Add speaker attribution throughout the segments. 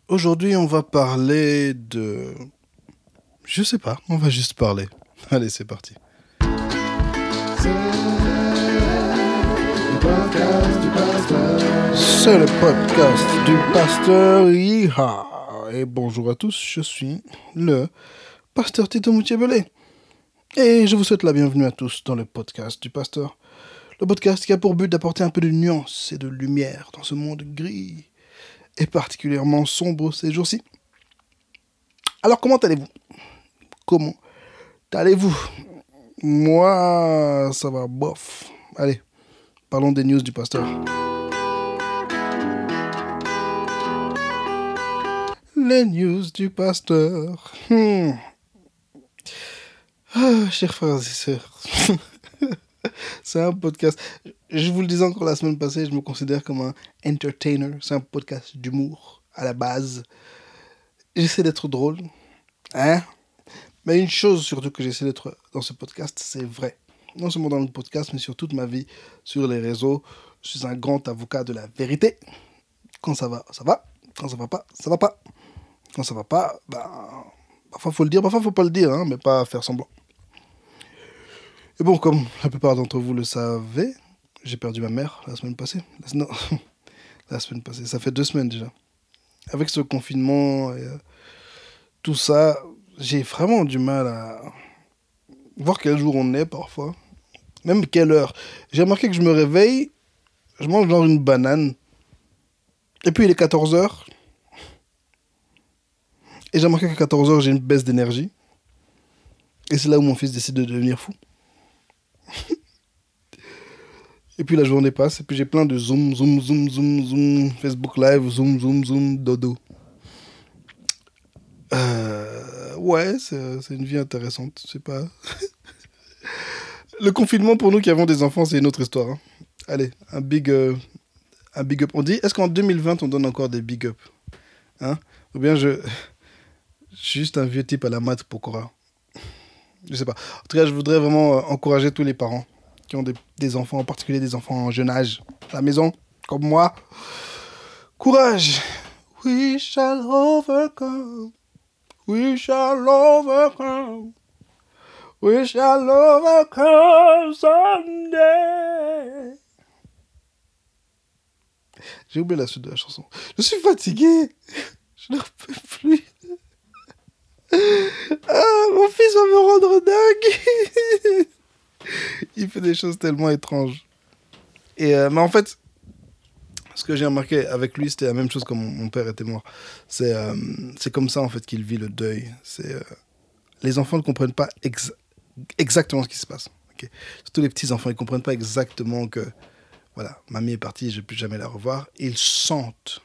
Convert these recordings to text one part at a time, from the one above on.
Speaker 1: Aujourd'hui, on va parler de... Je sais pas, on va juste parler. Allez, c'est parti. C'est le podcast du pasteur Iha. Et bonjour à tous, je suis le pasteur Tito Moutier-Belé. Et je vous souhaite la bienvenue à tous dans le podcast du pasteur. Le podcast qui a pour but d'apporter un peu de nuance et de lumière dans ce monde gris et particulièrement sombre ces jours-ci. Alors, comment allez-vous ? Comment allez-vous ? Moi, ça va bof. Allez, parlons des news du pasteur. Les news du pasteur. Chers frères et sœurs, c'est un podcast. Je vous le disais encore la semaine passée, je me considère comme un entertainer. C'est un podcast d'humour à la base. J'essaie d'être drôle, hein. Mais une chose surtout que j'essaie d'être dans ce podcast, c'est vrai. Non seulement dans le podcast, mais sur toute ma vie, sur les réseaux. Je suis un grand avocat de la vérité. Quand ça va, ça va. Quand ça va pas, ça va pas. Quand ça va pas, parfois faut le dire, parfois faut pas le dire, hein, mais pas faire semblant. Et bon, comme la plupart d'entre vous le savez, j'ai perdu ma mère la semaine passée. Non, la semaine passée, ça fait 2 semaines déjà. Avec ce confinement et tout ça, j'ai vraiment du mal à voir quel jour on est parfois. Même quelle heure. J'ai remarqué que je me réveille, je mange genre une banane, et puis il est 14h. Et j'ai remarqué qu'à 14h, j'ai une baisse d'énergie. Et c'est là où mon fils décide de devenir fou. Et puis la journée passe, et puis j'ai plein de zoom, Facebook Live, zoom, dodo. Ouais, c'est une vie intéressante, je sais pas. Le confinement, pour nous qui avons des enfants, c'est une autre histoire. Hein. Allez, un big up. On dit, est-ce qu'en 2020, on donne encore des big up, hein? Ou bien je suis juste un vieux type à la mat pour Cora. Je sais pas. En tout cas, je voudrais vraiment encourager tous les parents qui ont des enfants, en particulier des enfants en jeune âge, à la maison, comme moi. Courage! We shall overcome. We shall overcome. We shall overcome someday. J'ai oublié la suite de la chanson. Je suis fatigué. Je n'en peux plus. Mon fils va me rendre dingue. Il fait des choses tellement étranges. Et mais en fait, ce que j'ai remarqué avec lui, c'était la même chose quand mon père était mort. C'est comme ça en fait qu'il vit le deuil. Les enfants ne comprennent pas exactement ce qui se passe. Okay. Surtout les petits enfants, ils comprennent pas exactement que voilà, mamie est partie, je ne vais plus jamais la revoir. Ils sentent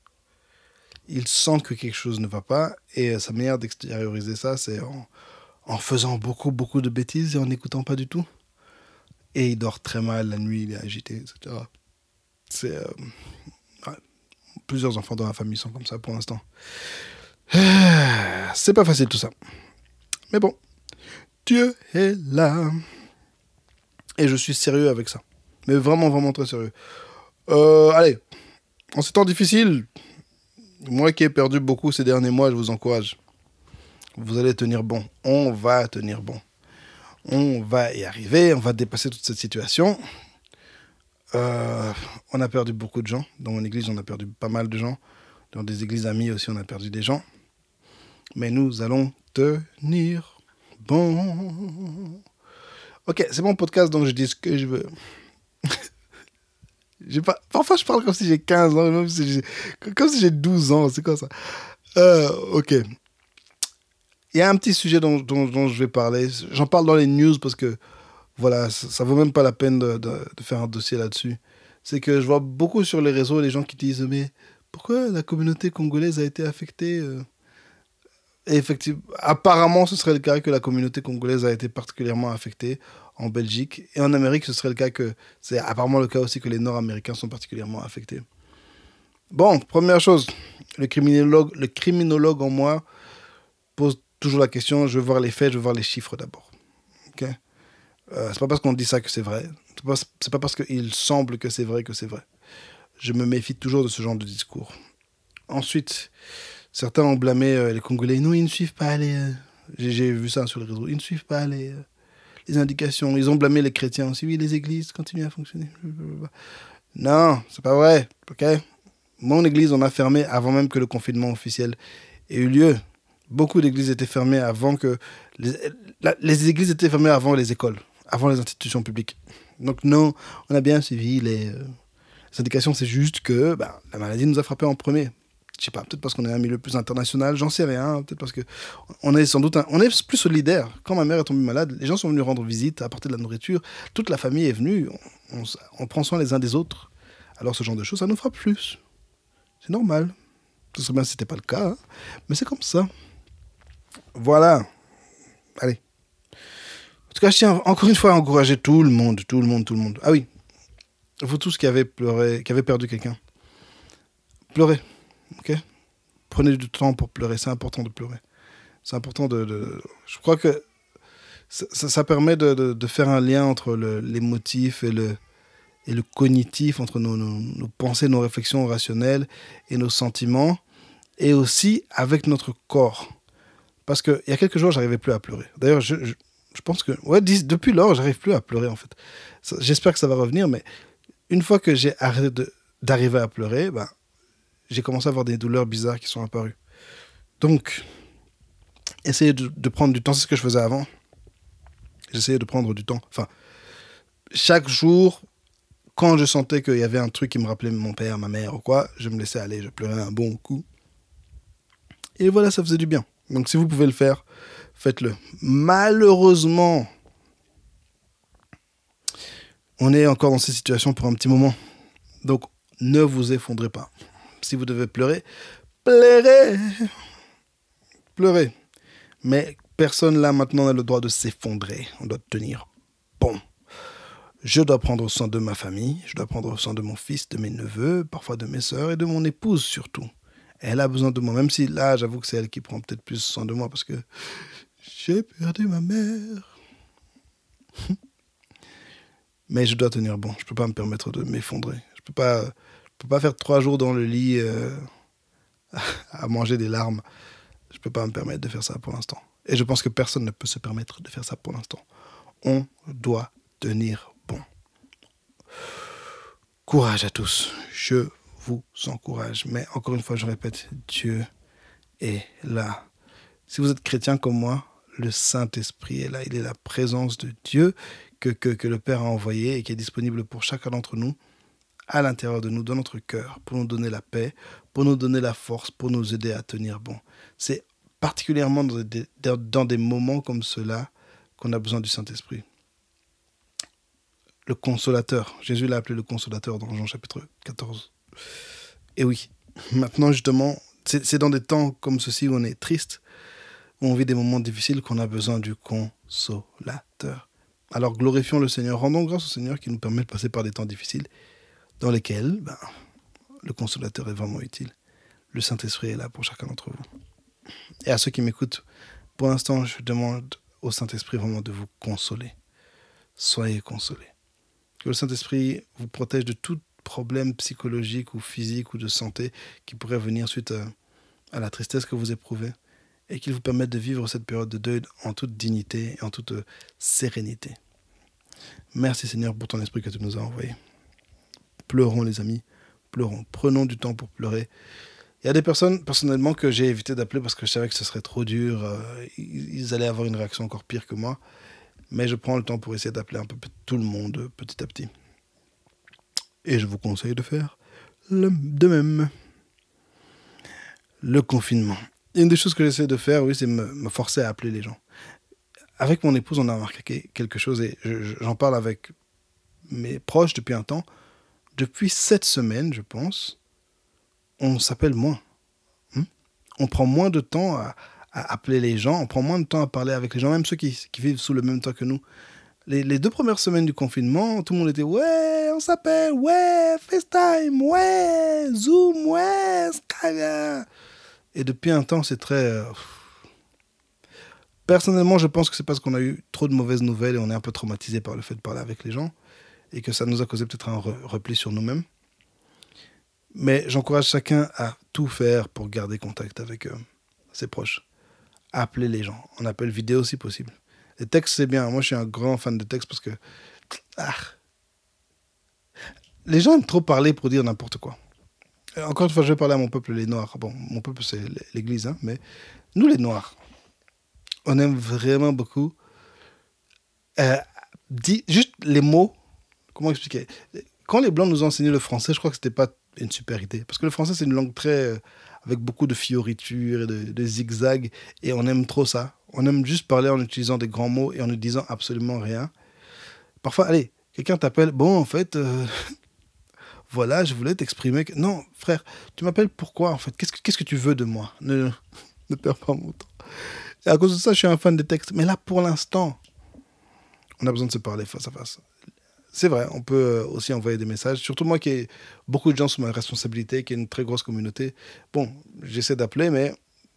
Speaker 1: que quelque chose ne va pas, et sa manière d'extérioriser ça, c'est en faisant beaucoup de bêtises et en n'écoutant pas du tout. Et il dort très mal la nuit, il est agité, etc. C'est ouais, plusieurs enfants dans la famille sont comme ça pour l'instant. C'est pas facile tout ça. Mais bon, Dieu est là. Et je suis sérieux avec ça. Mais vraiment très sérieux. Allez, en ces temps difficiles, moi qui ai perdu beaucoup ces derniers mois, je vous encourage. Vous allez tenir bon. On va tenir bon. On va y arriver, on va dépasser toute cette situation. On a perdu beaucoup de gens. Dans mon église, on a perdu pas mal de gens. Dans des églises amies aussi, on a perdu des gens. Mais nous allons tenir bon. Ok, c'est mon podcast, donc je dis ce que je veux. Parfois, je parle comme si j'ai 15 ans, même comme si j'ai 12 ans. C'est quoi ça? Ok. Il y a un petit sujet dont je vais parler. J'en parle dans les news parce que voilà, ça vaut même pas la peine de faire un dossier là-dessus. C'est que je vois beaucoup sur les réseaux les gens qui disent mais pourquoi la communauté congolaise a été affectée Et effectivement, apparemment ce serait le cas que la communauté congolaise a été particulièrement affectée en Belgique, et en Amérique ce serait le cas que c'est apparemment le cas aussi que les Nord-Américains sont particulièrement affectés. Bon, première chose, le criminologue en moi pose toujours la question, je veux voir les faits, je veux voir les chiffres d'abord. Ok. C'est pas parce qu'on dit ça que c'est vrai. C'est pas parce qu'il semble que c'est vrai. Je me méfie toujours de ce genre de discours. Ensuite, Certains ont blâmé les Congolais. Non, ils ne suivent pas les... J'ai vu ça sur les réseaux. Ils ne suivent pas les indications. Ils ont blâmé les chrétiens aussi. Oui, les églises continuent à fonctionner. Non, c'est pas vrai. Ok. Mon église, on a fermé avant même que le confinement officiel ait eu lieu. Beaucoup d'églises étaient fermées avant que... Les églises étaient fermées avant les écoles, avant les institutions publiques. Donc non, on a bien suivi les indications. C'est juste que la maladie nous a frappés en premier. Je sais pas, peut-être parce qu'on est un milieu plus international, j'en sais rien. Peut-être parce que on est sans doute on est plus solidaire. Quand ma mère est tombée malade, les gens sont venus rendre visite, apporter de la nourriture. Toute la famille est venue. On prend soin les uns des autres. Alors ce genre de choses, ça nous frappe plus. C'est normal. Ce serait bien si c'était pas le cas, hein. Mais c'est comme ça. Voilà. Allez. En tout cas, je tiens encore une fois à encourager tout le monde. Ah oui. Vous tous qui avez pleuré, qui avez perdu quelqu'un. Pleurez. Ok. Prenez du temps pour pleurer. C'est important de pleurer. C'est important Je crois que ça permet de faire un lien entre l'émotif et le cognitif, entre nos pensées, nos réflexions rationnelles et nos sentiments, et aussi avec notre corps. Parce qu'il y a quelques jours, j'arrivais plus à pleurer. D'ailleurs, je pense que... Ouais, depuis lors, j'arrive plus à pleurer, en fait. J'espère que ça va revenir, mais une fois que j'ai arrêté d'arriver à pleurer, j'ai commencé à avoir des douleurs bizarres qui sont apparues. Donc, essayez de prendre du temps. C'est ce que je faisais avant. J'essayais de prendre du temps. Enfin, chaque jour, quand je sentais qu'il y avait un truc qui me rappelait mon père, ma mère ou quoi, je me laissais aller, je pleurais un bon coup. Et voilà, ça faisait du bien. Donc si vous pouvez le faire, faites-le. Malheureusement, on est encore dans cette situation pour un petit moment. Donc ne vous effondrez pas. Si vous devez pleurer, pleurez. Pleurez. Mais personne là maintenant n'a le droit de s'effondrer. On doit tenir bon. Je dois prendre soin de ma famille, je dois prendre soin de mon fils, de mes neveux, parfois de mes sœurs et de mon épouse surtout. Elle a besoin de moi, même si là, j'avoue que c'est elle qui prend peut-être plus soin de moi parce que j'ai perdu ma mère. Mais je dois tenir bon, je peux pas me permettre de m'effondrer. Je peux pas faire 3 jours dans le lit à manger des larmes. Je peux pas me permettre de faire ça pour l'instant. Et je pense que personne ne peut se permettre de faire ça pour l'instant. On doit tenir bon. Courage à tous. Je vous encourage. Mais encore une fois, je répète, Dieu est là. Si vous êtes chrétien comme moi, le Saint-Esprit est là. Il est la présence de Dieu que le Père a envoyé et qui est disponible pour chacun d'entre nous, à l'intérieur de nous, dans notre cœur, pour nous donner la paix, pour nous donner la force, pour nous aider à tenir bon. C'est particulièrement dans des moments comme ceux-là qu'on a besoin du Saint-Esprit. Le consolateur. Jésus l'a appelé le consolateur dans Jean chapitre 14. Et oui, maintenant justement, c'est dans des temps comme ceci où on est triste, où on vit des moments difficiles qu'on a besoin du consolateur. Alors glorifions le Seigneur, rendons grâce au Seigneur qui nous permet de passer par des temps difficiles dans lesquels le consolateur est vraiment utile. Le Saint-Esprit est là pour chacun d'entre vous. Et à ceux qui m'écoutent, pour l'instant, je demande au Saint-Esprit vraiment de vous consoler. Soyez consolés. Que le Saint-Esprit vous protège de tout problème psychologique ou physique ou de santé qui pourrait venir suite à la tristesse que vous éprouvez et qu'il vous permette de vivre cette période de deuil en toute dignité et en toute sérénité. Merci Seigneur pour ton esprit que tu nous as envoyé. Pleurons les amis, pleurons. Prenons du temps pour pleurer. Il y a des personnes personnellement que j'ai évité d'appeler parce que je savais que ce serait trop dur. Ils allaient avoir une réaction encore pire que moi. Mais je prends le temps pour essayer d'appeler un peu tout le monde petit à petit. Et je vous conseille de faire de même. Le confinement. Une des choses que j'essaie de faire, oui, c'est me forcer à appeler les gens. Avec mon épouse, on a remarqué quelque chose et j'en parle avec mes proches depuis un temps. Depuis 7 semaines, je pense, on s'appelle moins. On prend moins de temps à appeler les gens, on prend moins de temps à parler avec les gens, même ceux qui vivent sous le même toit que nous. Les 2 premières semaines du confinement, tout le monde était « Ouais, on s'appelle, ouais, FaceTime, ouais, Zoom, ouais, Skype. » Et depuis un temps, c'est très... Personnellement, je pense que c'est parce qu'on a eu trop de mauvaises nouvelles et on est un peu traumatisé par le fait de parler avec les gens et que ça nous a causé peut-être un repli sur nous-mêmes. Mais j'encourage chacun à tout faire pour garder contact avec ses proches. Appeler les gens. En appel vidéo si possible. Les textes, c'est bien. Moi, je suis un grand fan de textes parce que les gens aiment trop parler pour dire n'importe quoi. Encore une fois, je vais parler à mon peuple, les Noirs. Bon, mon peuple, c'est l'Église, hein, mais nous, les Noirs, on aime vraiment beaucoup juste les mots. Comment expliquer? Quand les Blancs nous ont enseigné le français, je crois que c'était pas une super idée. Parce que le français, c'est une langue très... avec beaucoup de fioritures et de zigzags. Et on aime trop ça. On aime juste parler en utilisant des grands mots et en ne disant absolument rien. Parfois, allez, quelqu'un t'appelle. Bon, en fait, voilà, je voulais t'exprimer. Non, frère, tu m'appelles pourquoi, en fait? Qu'est-ce que tu veux de moi? Ne perds pas mon temps. Et à cause de ça, je suis un fan des textes. Mais là, pour l'instant, on a besoin de se parler face à face. C'est vrai, on peut aussi envoyer des messages. Surtout moi qui ai beaucoup de gens sous ma responsabilité, qui ai une très grosse communauté. Bon, j'essaie d'appeler, mais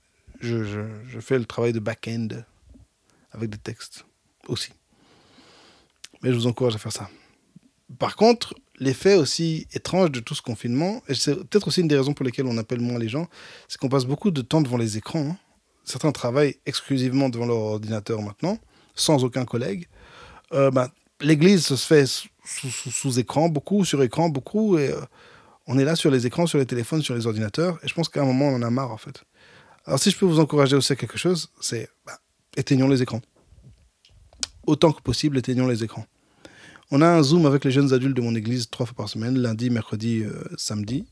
Speaker 1: je fais le travail de back-end avec des textes aussi. Mais je vous encourage à faire ça. Par contre, l'effet aussi étrange de tout ce confinement, et c'est peut-être aussi une des raisons pour lesquelles on appelle moins les gens, c'est qu'on passe beaucoup de temps devant les écrans. Hein. Certains travaillent exclusivement devant leur ordinateur maintenant, sans aucun collègue. L'église se fait sous écran, beaucoup, sur écran, beaucoup, et on est là sur les écrans, sur les téléphones, sur les ordinateurs, et je pense qu'à un moment, on en a marre, en fait. Alors, si je peux vous encourager aussi à quelque chose, c'est éteignons les écrans. Autant que possible, éteignons les écrans. On a un Zoom avec les jeunes adultes de mon église 3 fois par semaine, lundi, mercredi, samedi.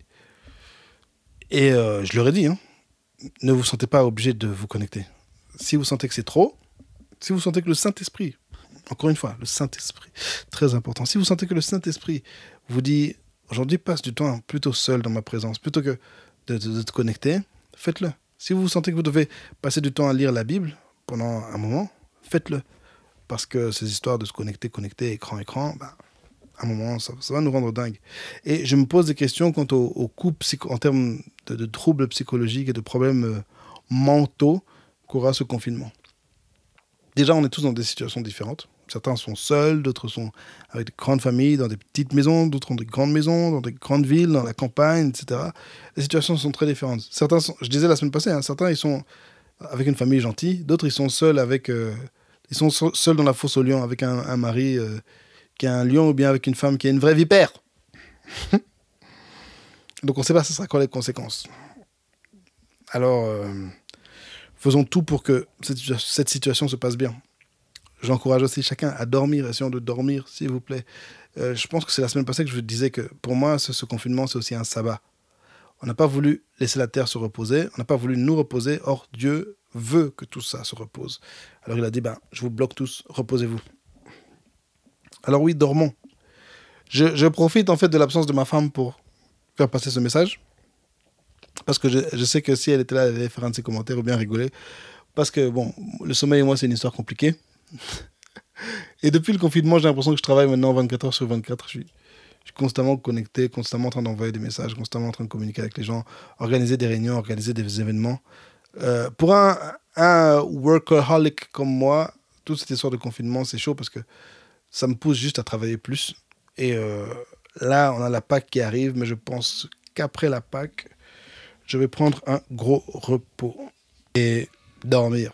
Speaker 1: Et je leur ai dit, hein, ne vous sentez pas obligé de vous connecter. Si vous sentez que c'est trop, si vous sentez que le Saint-Esprit, encore une fois, le Saint-Esprit, très important, si vous sentez que le Saint-Esprit vous dit, aujourd'hui, passe du temps plutôt seul dans ma présence, plutôt que de te connecter, faites-le. Si vous sentez que vous devez passer du temps à lire la Bible pendant un moment, faites-le. Parce que ces histoires de se connecter, écran, à un moment, ça va nous rendre dingues. Et je me pose des questions quant au coût en termes de troubles psychologiques et de problèmes mentaux qu'aura ce confinement. Déjà, on est tous dans des situations différentes. Certains sont seuls, d'autres sont avec des grandes familles, dans des petites maisons, d'autres ont des grandes maisons, dans des grandes villes, dans la campagne, etc. Les situations sont très différentes. Certains je disais la semaine passée, hein, certains ils sont avec une famille gentille, d'autres ils sont seuls avec... ils sont seuls dans la fosse aux lions avec un mari qui a un lion ou bien avec une femme qui a une vraie vipère. Donc on ne sait pas ce sera quoi les conséquences. Alors, faisons tout pour que cette situation se passe bien. J'encourage aussi chacun à dormir, essayons de dormir, s'il vous plaît. Je pense que c'est la semaine passée que je vous disais que pour moi, ce confinement, c'est aussi un sabbat. On n'a pas voulu laisser la terre se reposer, on n'a pas voulu nous reposer, or Dieu veut que tout ça se repose. Alors il a dit, je vous bloque tous, reposez-vous. Alors oui, dormons. Je profite en fait de l'absence de ma femme pour faire passer ce message. Parce que je sais que si elle était là, elle allait faire un de ses commentaires ou bien rigoler. Parce que bon, le sommeil et moi, c'est une histoire compliquée. Et depuis le confinement, j'ai l'impression que je travaille maintenant 24 heures sur 24. Je suis constamment connecté, constamment en train d'envoyer des messages, constamment en train de communiquer avec les gens, organiser des réunions, organiser des événements. Pour un workaholic comme moi, toute cette histoire de confinement, c'est chaud parce que ça me pousse juste à travailler plus. Et là, on a la Pâque qui arrive, mais je pense qu'après la Pâque, je vais prendre un gros repos et dormir.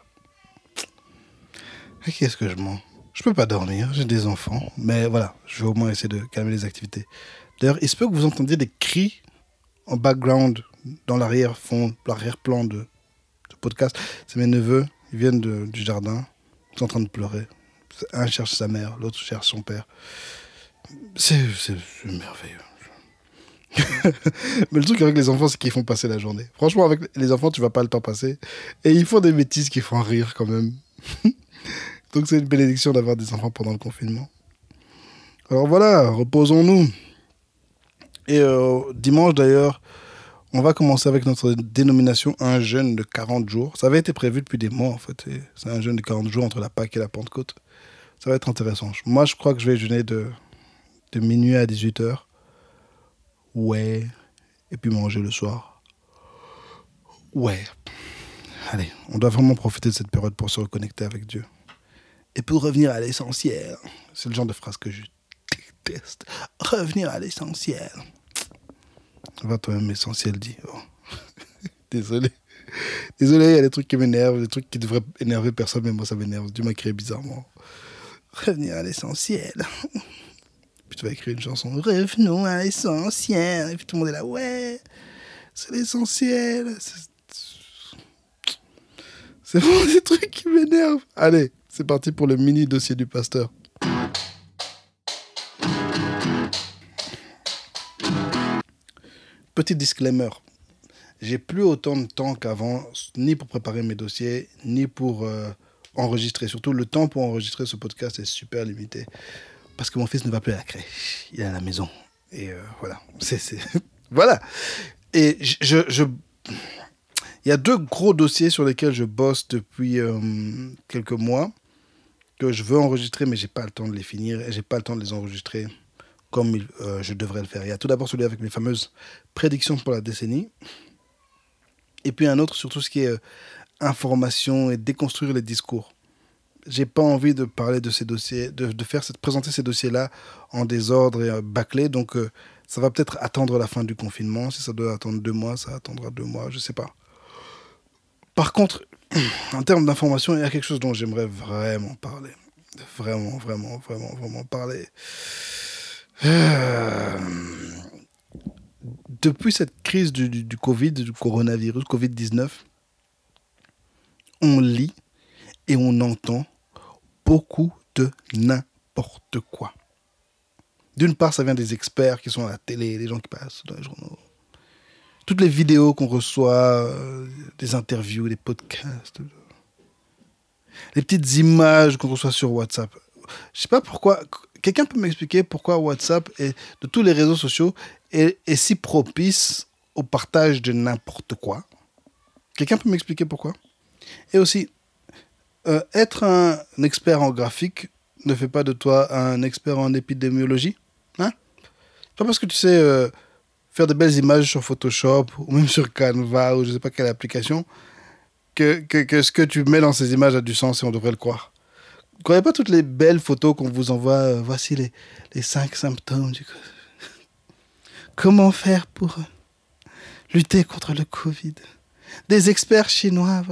Speaker 1: Et qu'est-ce que je mens? Je peux pas dormir, j'ai des enfants, mais voilà, je vais au moins essayer de calmer les activités. D'ailleurs, il se peut que vous entendiez des cris en background, dans l'arrière-fond, l'arrière-plan de podcast. C'est mes neveux, ils viennent du jardin, ils sont en train de pleurer. Un cherche sa mère, l'autre cherche son père. C'est merveilleux. Mais le truc avec les enfants, c'est qu'ils font passer la journée. Franchement, avec les enfants, tu vas pas le temps passer. Et ils font des bêtises qui font rire quand même. Donc c'est une bénédiction d'avoir des enfants pendant le confinement. Alors voilà, reposons-nous. Et dimanche d'ailleurs, on va commencer avec notre dénomination un jeûne de 40 jours. Ça avait été prévu depuis des mois en fait. C'est un jeûne de 40 jours entre la Pâque et la Pentecôte. Ça va être intéressant. Moi, je crois que je vais jeûner de minuit à 18h. Ouais. Et puis manger le soir. Ouais. Allez, on doit vraiment profiter de cette période pour se reconnecter avec Dieu. Et pour revenir à l'essentiel, c'est le genre de phrase que je déteste. Revenir à l'essentiel. Va toi-même, essentiel dit. Oh. Désolé. Désolé, il y a des trucs qui m'énervent, des trucs qui devraient énerver personne, mais moi ça m'énerve. Tu m'as créé bizarrement. Revenir à l'essentiel. Puis tu vas écrire une chanson. Revenons à l'essentiel. Et puis tout le monde est là, ouais, c'est l'essentiel. C'est vraiment des trucs qui m'énervent. Allez, c'est parti pour le mini dossier du pasteur. Petit disclaimer. J'ai plus autant de temps qu'avant, ni pour préparer mes dossiers, ni pour enregistrer. Surtout, le temps pour enregistrer ce podcast est super limité. Parce que mon fils ne va plus à la crèche. Il est à la maison. Et voilà. Voilà. Et il y a 2 gros dossiers sur lesquels je bosse depuis quelques mois que je veux enregistrer, mais j'ai pas le temps de les finir et j'ai pas le temps de les enregistrer comme je devrais le faire. Il y a tout d'abord celui avec mes fameuses prédictions pour la décennie. Et puis un autre sur tout ce qui est information et déconstruire les discours. J'ai pas envie de parler de ces dossiers, de présenter ces dossiers-là en désordre et bâclé. Donc ça va peut-être attendre la fin du confinement. Si ça doit attendre 2 mois, ça attendra 2 mois, je sais pas. Par contre, en termes d'information, il y a quelque chose dont j'aimerais vraiment parler. Vraiment parler. Depuis cette crise du Covid, du coronavirus, Covid-19, on lit et on entend beaucoup de n'importe quoi. D'une part, ça vient des experts qui sont à la télé, des gens qui passent dans les journaux. Toutes les vidéos qu'on reçoit, des interviews, des podcasts, les petites images qu'on reçoit sur WhatsApp. Je sais pas pourquoi. Quelqu'un peut m'expliquer pourquoi WhatsApp, de tous les réseaux sociaux, est si propice au partage de n'importe quoi? Quelqu'un peut m'expliquer pourquoi? Et aussi, être un expert en graphique ne fait pas de toi un expert en épidémiologie. Hein? Pas parce que tu sais faire de belles images sur Photoshop ou même sur Canva ou je sais pas quelle application que ce que tu mets dans ces images a du sens et on devrait le croire. Vous ne croyez pas toutes les belles photos qu'on vous envoie? Voici les 5 symptômes du Covid. Comment faire pour lutter contre le Covid? Des experts chinois.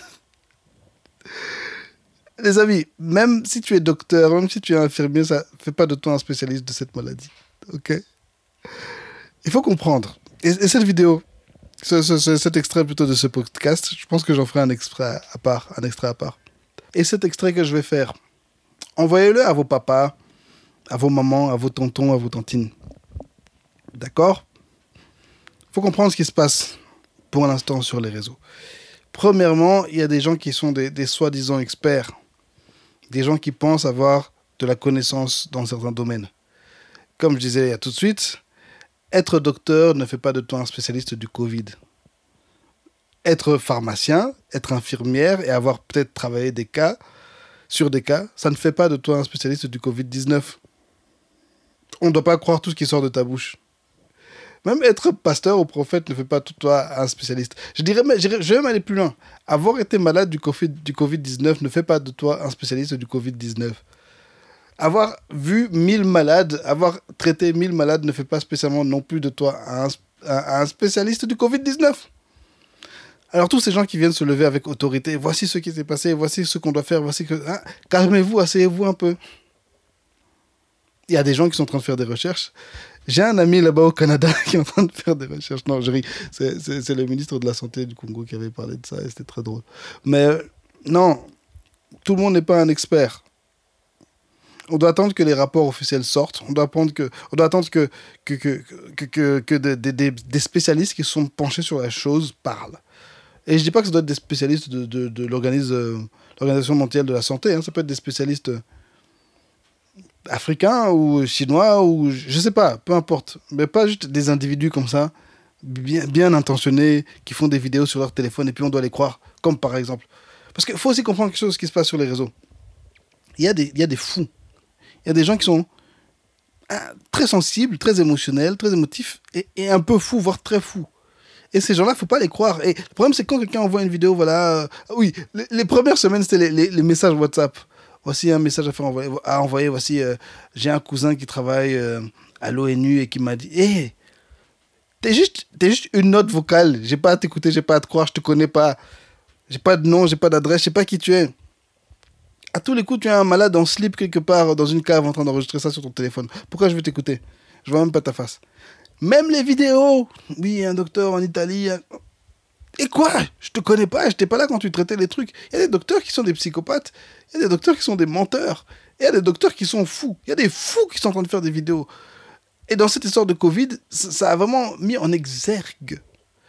Speaker 1: Les amis, même si tu es docteur, même si tu es infirmier, ça ne fait pas de toi un spécialiste de cette maladie. Ok? Il faut comprendre. Et cette vidéo, cet extrait plutôt de ce podcast, je pense que j'en ferai un extrait à part. Et cet extrait que je vais faire, envoyez-le à vos papas, à vos mamans, à vos tontons, à vos tantines. D'accord? Il faut comprendre ce qui se passe pour l'instant sur les réseaux. Premièrement, il y a des gens qui sont des soi-disant experts. Des gens qui pensent avoir de la connaissance dans certains domaines. Comme je disais tout de suite, être docteur ne fait pas de toi un spécialiste du Covid. Être pharmacien, être infirmière et avoir peut-être travaillé sur des cas, ça ne fait pas de toi un spécialiste du Covid-19. On ne doit pas croire tout ce qui sort de ta bouche. Même être pasteur ou prophète ne fait pas de toi un spécialiste. Je vais même aller plus loin. Avoir été malade du Covid-19 ne fait pas de toi un spécialiste du Covid-19. Avoir vu 1000 malades, avoir traité 1000 malades ne fait pas spécialement non plus de toi un spécialiste du Covid-19. Alors tous ces gens qui viennent se lever avec autorité, voici ce qui s'est passé, voici ce qu'on doit faire, calmez-vous, asseyez-vous un peu. Il y a des gens qui sont en train de faire des recherches. J'ai un ami là-bas au Canada qui est en train de faire des recherches. Non, je ris. C'est le ministre de la Santé du Congo qui avait parlé de ça et c'était très drôle. Mais non, tout le monde n'est pas un expert. On doit attendre que les rapports officiels sortent. On doit attendre que des spécialistes qui sont penchés sur la chose parlent. Et je ne dis pas que ça doit être des spécialistes de l'Organisation mondiale de la santé. Hein. Ça peut être des spécialistes africains ou chinois ou je sais pas, peu importe. Mais pas juste des individus comme ça, bien intentionnés, qui font des vidéos sur leur téléphone et puis on doit les croire. Comme par exemple. Parce qu'il faut aussi comprendre quelque chose qui se passe sur les réseaux. Il y a des fous. Il y a des gens qui sont très sensibles, très émotionnels, très émotifs et un peu fous, voire très fous. Et ces gens-là, il ne faut pas les croire. Et le problème, c'est que quand quelqu'un envoie une vidéo, voilà... oui, les premières semaines, c'était les messages WhatsApp. Voici un message à envoyer. Voici, j'ai un cousin qui travaille à l'ONU et qui m'a dit T'es juste une note vocale. J'ai pas à t'écouter, j'ai pas à te croire, je te connais pas. J'ai pas de nom, j'ai pas d'adresse, je sais pas qui tu es. À tous les coups, tu es un malade en slip quelque part dans une cave en train d'enregistrer ça sur ton téléphone. Pourquoi je vais t'écouter? Je vois même pas ta face. Même les vidéos. Oui, un docteur en Italie. Et quoi? Je te connais pas, j'étais pas là quand tu traitais les trucs. Il y a des docteurs qui sont des psychopathes. Il y a des docteurs qui sont des menteurs. Il y a des docteurs qui sont fous. Il y a des fous qui sont en train de faire des vidéos. Et dans cette histoire de Covid, ça a vraiment mis en exergue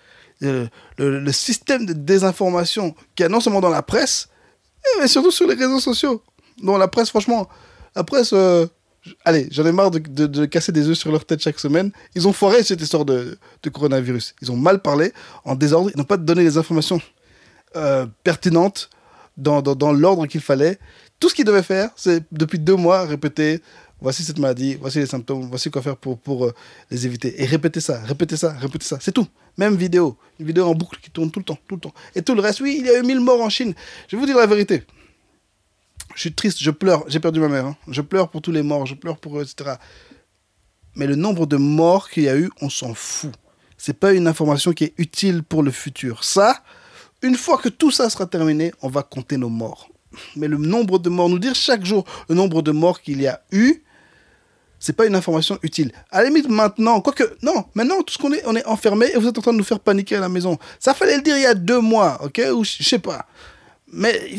Speaker 1: le système de désinformation qu'il y a non seulement dans la presse, mais surtout sur les réseaux sociaux. Dans la presse, franchement, la presse... allez, j'en ai marre de casser des œufs sur leur tête chaque semaine. Ils ont foiré cette histoire de coronavirus. Ils ont mal parlé, en désordre. Ils n'ont pas donné les informations pertinentes dans l'ordre qu'il fallait. Tout ce qu'ils devaient faire, c'est depuis 2 mois répéter: voici cette maladie, voici les symptômes, voici quoi faire pour les éviter. Et répéter ça. C'est tout. Même vidéo. Une vidéo en boucle qui tourne tout le temps. Et tout le reste, oui, il y a eu 1000 morts en Chine. Je vais vous dire la vérité. Je suis triste, je pleure. J'ai perdu ma mère. Hein. Je pleure pour tous les morts, je pleure pour eux, etc. Mais le nombre de morts qu'il y a eu, on s'en fout. C'est pas une information qui est utile pour le futur. Ça, une fois que tout ça sera terminé, on va compter nos morts. Mais le nombre de morts, nous dire chaque jour le nombre de morts qu'il y a eu, c'est pas une information utile. À la limite, maintenant, quoique, non, maintenant, tout ce qu'on est, on est enfermé et vous êtes en train de nous faire paniquer à la maison. Ça fallait le dire il y a 2 mois, ok? Ou je sais pas. Mais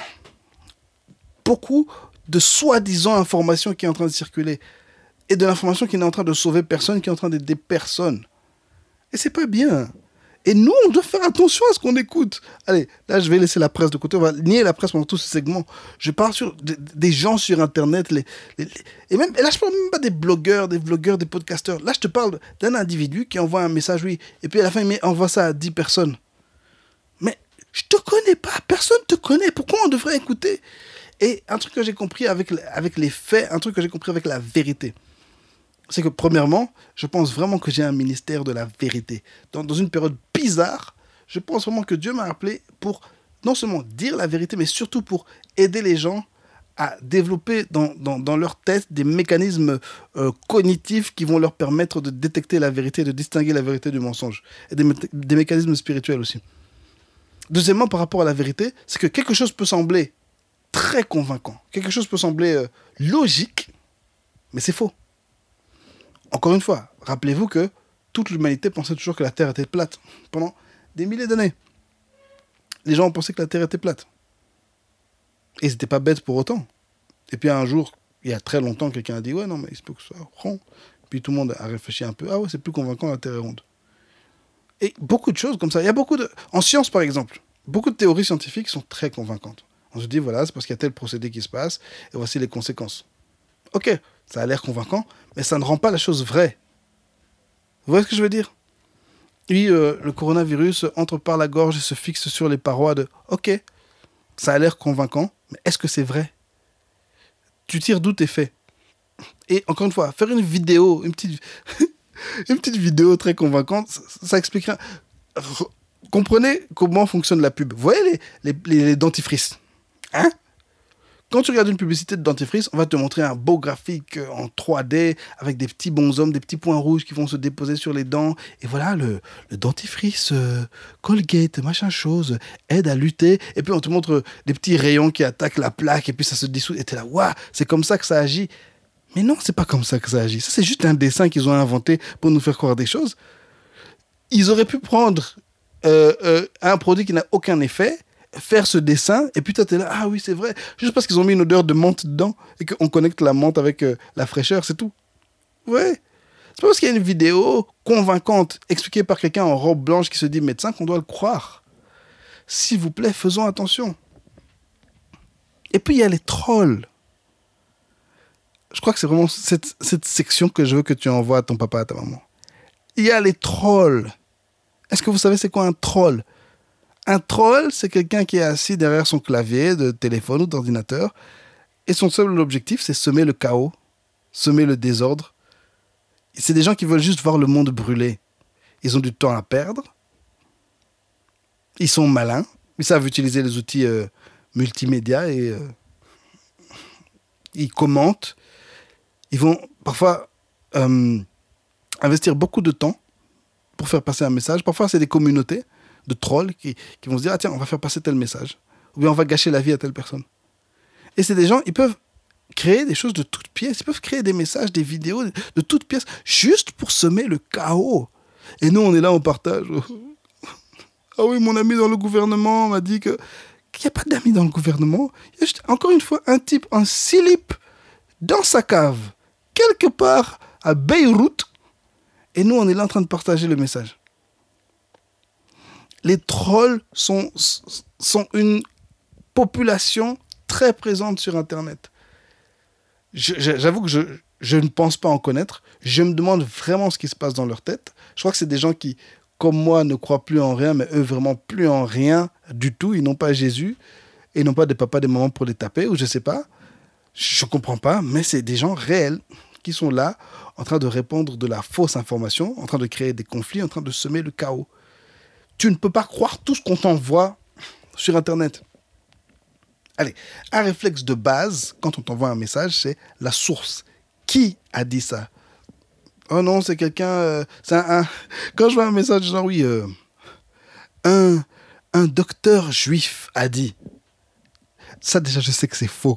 Speaker 1: beaucoup de soi-disant informations qui est en train de circuler et de l'information qui n'est en train de sauver personne, qui est en train d'aider personne. Et c'est pas bien. Et nous, on doit faire attention à ce qu'on écoute. Allez, là, je vais laisser la presse de côté. On va nier la presse pendant tout ce segment. Je parle sur des gens sur Internet. Et là, je parle même pas des blogueurs, des vlogueurs, des podcasteurs. Là, je te parle d'un individu qui envoie un message, oui. Et puis à la fin, il envoie ça à 10 personnes. Mais je te connais pas. Personne te connaît. Pourquoi on devrait écouter? Et un truc que j'ai compris avec les faits, un truc que j'ai compris avec la vérité, c'est que premièrement, je pense vraiment que j'ai un ministère de la vérité. Dans une période bizarre, je pense vraiment que Dieu m'a appelé pour non seulement dire la vérité, mais surtout pour aider les gens à développer dans leur tête des mécanismes cognitifs qui vont leur permettre de détecter la vérité, de distinguer la vérité du mensonge. Et des mécanismes spirituels aussi. Deuxièmement, par rapport à la vérité, c'est que quelque chose peut sembler très convaincant. Quelque chose peut sembler logique, mais c'est faux. Encore une fois, rappelez-vous que toute l'humanité pensait toujours que la Terre était plate. Pendant des milliers d'années, les gens ont pensé que la Terre était plate. Et ils n'étaient pas bêtes pour autant. Et puis un jour, il y a très longtemps, quelqu'un a dit: ouais, non, mais il se peut que ce soit rond. Puis tout le monde a réfléchi un peu: ah ouais, c'est plus convaincant, la Terre est ronde. Et beaucoup de choses comme ça. Il y a beaucoup de... En science, par exemple, beaucoup de théories scientifiques sont très convaincantes. On se dit: voilà, c'est parce qu'il y a tel procédé qui se passe, et voici les conséquences. Ok, ça a l'air convaincant, mais ça ne rend pas la chose vraie. Vous voyez ce que je veux dire? Oui, le coronavirus entre par la gorge et se fixe sur les parois de... Ok, ça a l'air convaincant, mais est-ce que c'est vrai? Tu tires d'où tes faits? Et encore une fois, faire une vidéo, une petite vidéo très convaincante, ça expliquera... Comprenez comment fonctionne la pub. Vous voyez les dentifrices? Hein? Quand tu regardes une publicité de dentifrice, on va te montrer un beau graphique en 3D avec des petits bonshommes, des petits points rouges qui vont se déposer sur les dents. Et voilà, le dentifrice Colgate, machin chose, aide à lutter. Et puis on te montre des petits rayons qui attaquent la plaque et puis ça se dissout. Et t'es là, waouh, c'est comme ça que ça agit. Mais non, c'est pas comme ça que ça agit. Ça, c'est juste un dessin qu'ils ont inventé pour nous faire croire des choses. Ils auraient pu prendre un produit qui n'a aucun effet, faire ce dessin, et puis toi t'es là: ah oui, c'est vrai, juste parce qu'ils ont mis une odeur de menthe dedans et qu'on connecte la menthe avec la fraîcheur, c'est tout. Ouais. C'est pas parce qu'il y a une vidéo convaincante expliquée par quelqu'un en robe blanche qui se dit médecin qu'on doit le croire. S'il vous plaît, faisons attention. Et puis il y a les trolls. Je crois que c'est vraiment cette section que je veux que tu envoies à ton papa, à ta maman. Il y a les trolls. Est-ce que vous savez c'est quoi un troll? Un troll, c'est quelqu'un qui est assis derrière son clavier de téléphone ou d'ordinateur et son seul objectif, c'est semer le chaos, semer le désordre. C'est des gens qui veulent juste voir le monde brûler. Ils ont du temps à perdre. Ils sont malins. Ils savent utiliser les outils multimédia et ils commentent. Ils vont parfois investir beaucoup de temps pour faire passer un message. Parfois, c'est des communautés de trolls qui vont se dire, ah tiens, on va faire passer tel message. Ou bien on va gâcher la vie à telle personne. Et c'est des gens, ils peuvent créer des choses de toutes pièces. Ils peuvent créer des messages, des vidéos de toutes pièces, juste pour semer le chaos. Et nous, on est là, on partage. Ah oui, mon ami dans le gouvernement m'a dit qu'il n'y a pas d'amis dans le gouvernement. Il y a juste, encore une fois, un type en slip dans sa cave, quelque part à Beyrouth. Et nous, on est là en train de partager le message. Les trolls sont une population très présente sur Internet. J'avoue que je ne pense pas en connaître. Je me demande vraiment ce qui se passe dans leur tête. Je crois que c'est des gens qui, comme moi, ne croient plus en rien, mais eux, vraiment plus en rien du tout. Ils n'ont pas Jésus. Et ils n'ont pas des papas, des mamans pour les taper, ou je ne sais pas. Je ne comprends pas, mais c'est des gens réels qui sont là, en train de répandre de la fausse information, en train de créer des conflits, en train de semer le chaos. Tu ne peux pas croire tout ce qu'on t'envoie sur Internet. Allez, un réflexe de base, quand on t'envoie un message, c'est la source. Qui a dit ça? Oh non, c'est quelqu'un... Quand je vois un message, genre oui, un docteur juif a dit. Ça déjà, je sais que c'est faux.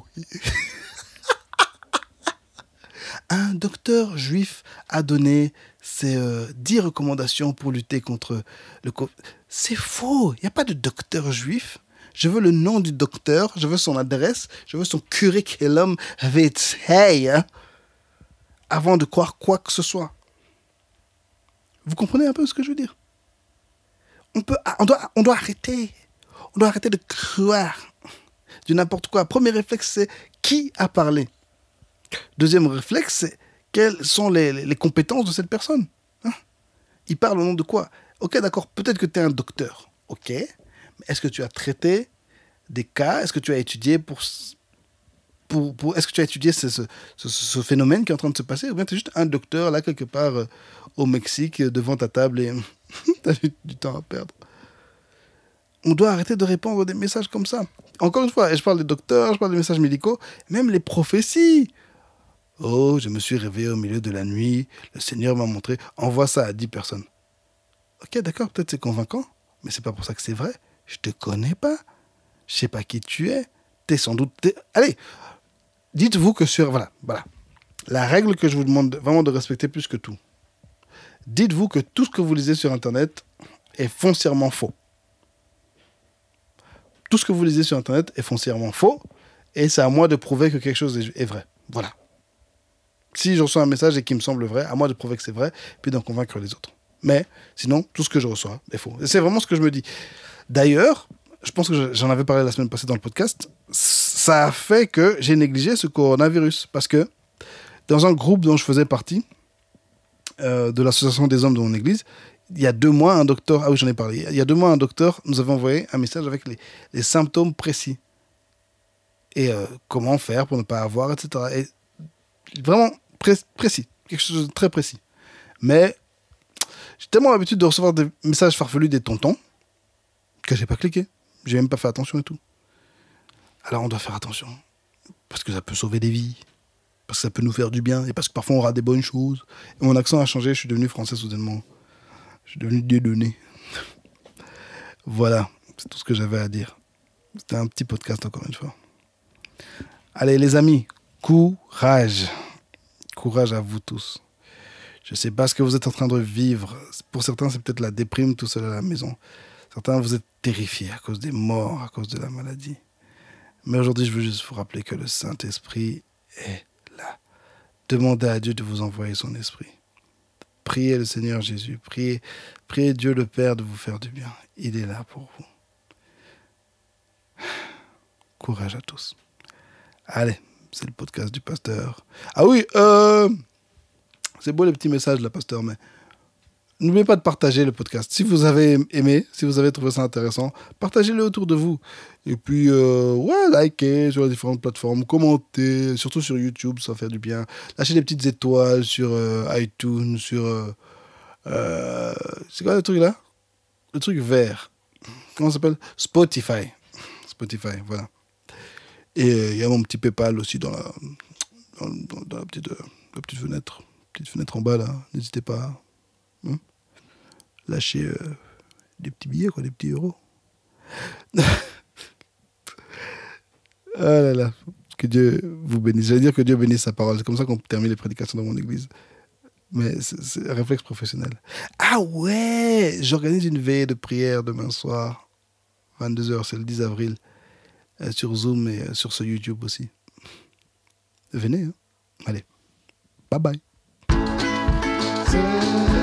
Speaker 1: Un docteur juif a donné ses 10 recommandations pour lutter contre le Covid. C'est faux. Il n'y a pas de docteur juif. Je veux le nom du docteur, je veux son adresse, je veux son curriculum vitae avant de croire quoi que ce soit. Vous comprenez un peu ce que je veux dire? On doit arrêter. On doit arrêter de croire du n'importe quoi. Premier réflexe, c'est qui a parlé. Deuxième réflexe, c'est quelles sont les compétences de cette personne. Il parle au nom de quoi? Ok, d'accord, peut-être que tu es un docteur. Ok, mais est-ce que tu as traité des cas? Est-ce que tu as étudié est-ce que tu as étudié ce phénomène qui est en train de se passer? Ou bien tu es juste un docteur là quelque part au Mexique devant ta table et tu as du temps à perdre. On doit arrêter de répandre des messages comme ça. Encore une fois, je parle des docteurs, je parle des messages médicaux, même les prophéties. Oh, je me suis réveillé au milieu de la nuit, le Seigneur m'a montré, envoie ça à 10 personnes. Ok, d'accord, peut-être c'est convaincant, mais c'est pas pour ça que c'est vrai. Je te connais pas, je sais pas qui tu es, t'es sans doute... Allez, dites-vous que voilà. La règle que je vous demande vraiment de respecter plus que tout. Dites-vous que tout ce que vous lisez sur Internet est foncièrement faux. Tout ce que vous lisez sur Internet est foncièrement faux, et c'est à moi de prouver que quelque chose est vrai. Voilà. Si je reçois un message et qu'il me semble vrai, à moi de prouver que c'est vrai, puis d'en convaincre les autres. Mais sinon, tout ce que je reçois est faux. Et c'est vraiment ce que je me dis. D'ailleurs, je pense que j'en avais parlé la semaine passée dans le podcast, ça a fait que j'ai négligé ce coronavirus. Parce que dans un groupe dont je faisais partie, de l'association des hommes de mon église, il y a 2 mois, un docteur... Ah oui, j'en ai parlé. Il y a 2 mois, un docteur nous avait envoyé un message avec les symptômes précis. Et comment faire pour ne pas avoir, etc. Et vraiment précis. Quelque chose de très précis. Mais j'ai tellement l'habitude de recevoir des messages farfelus des tontons que j'ai pas cliqué. J'ai même pas fait attention et tout. Alors on doit faire attention. Parce que ça peut sauver des vies. Parce que ça peut nous faire du bien. Et parce que parfois on rate des bonnes choses. Et mon accent a changé. Je suis devenu français soudainement. Je suis devenu dédonné. Voilà. C'est tout ce que j'avais à dire. C'était un petit podcast encore une fois. Allez les amis. Courage. Courage à vous tous. Je ne sais pas ce que vous êtes en train de vivre. Pour certains, c'est peut-être la déprime tout seul à la maison. Certains, vous êtes terrifiés à cause des morts, à cause de la maladie. Mais aujourd'hui, je veux juste vous rappeler que le Saint-Esprit est là. Demandez à Dieu de vous envoyer son esprit. Priez le Seigneur Jésus. Priez Dieu le Père de vous faire du bien. Il est là pour vous. Courage à tous. Allez, c'est le podcast du pasteur. Ah oui, c'est beau les petits messages là, pasteur, mais n'oubliez pas de partager le podcast. Si vous avez aimé, si vous avez trouvé ça intéressant, partagez-le autour de vous. Et puis, likez sur les différentes plateformes, commentez, surtout sur YouTube, ça fait du bien. Lâchez des petites étoiles sur iTunes, sur... c'est quoi le truc là? Le truc vert. Comment ça s'appelle? Spotify, voilà. Et il y a mon petit PayPal aussi dans la petite fenêtre. Petite fenêtre en bas là, n'hésitez pas. lâcher des petits billets, quoi, des petits euros. Ah là là, que Dieu vous bénisse. J'allais dire que Dieu bénisse sa parole. C'est comme ça qu'on termine les prédications dans mon église. Mais c'est un réflexe professionnel. Ah ouais, j'organise une veillée de prière demain soir, 22h, c'est le 10 avril, sur Zoom et sur ce YouTube aussi. Venez, hein. Allez, bye bye.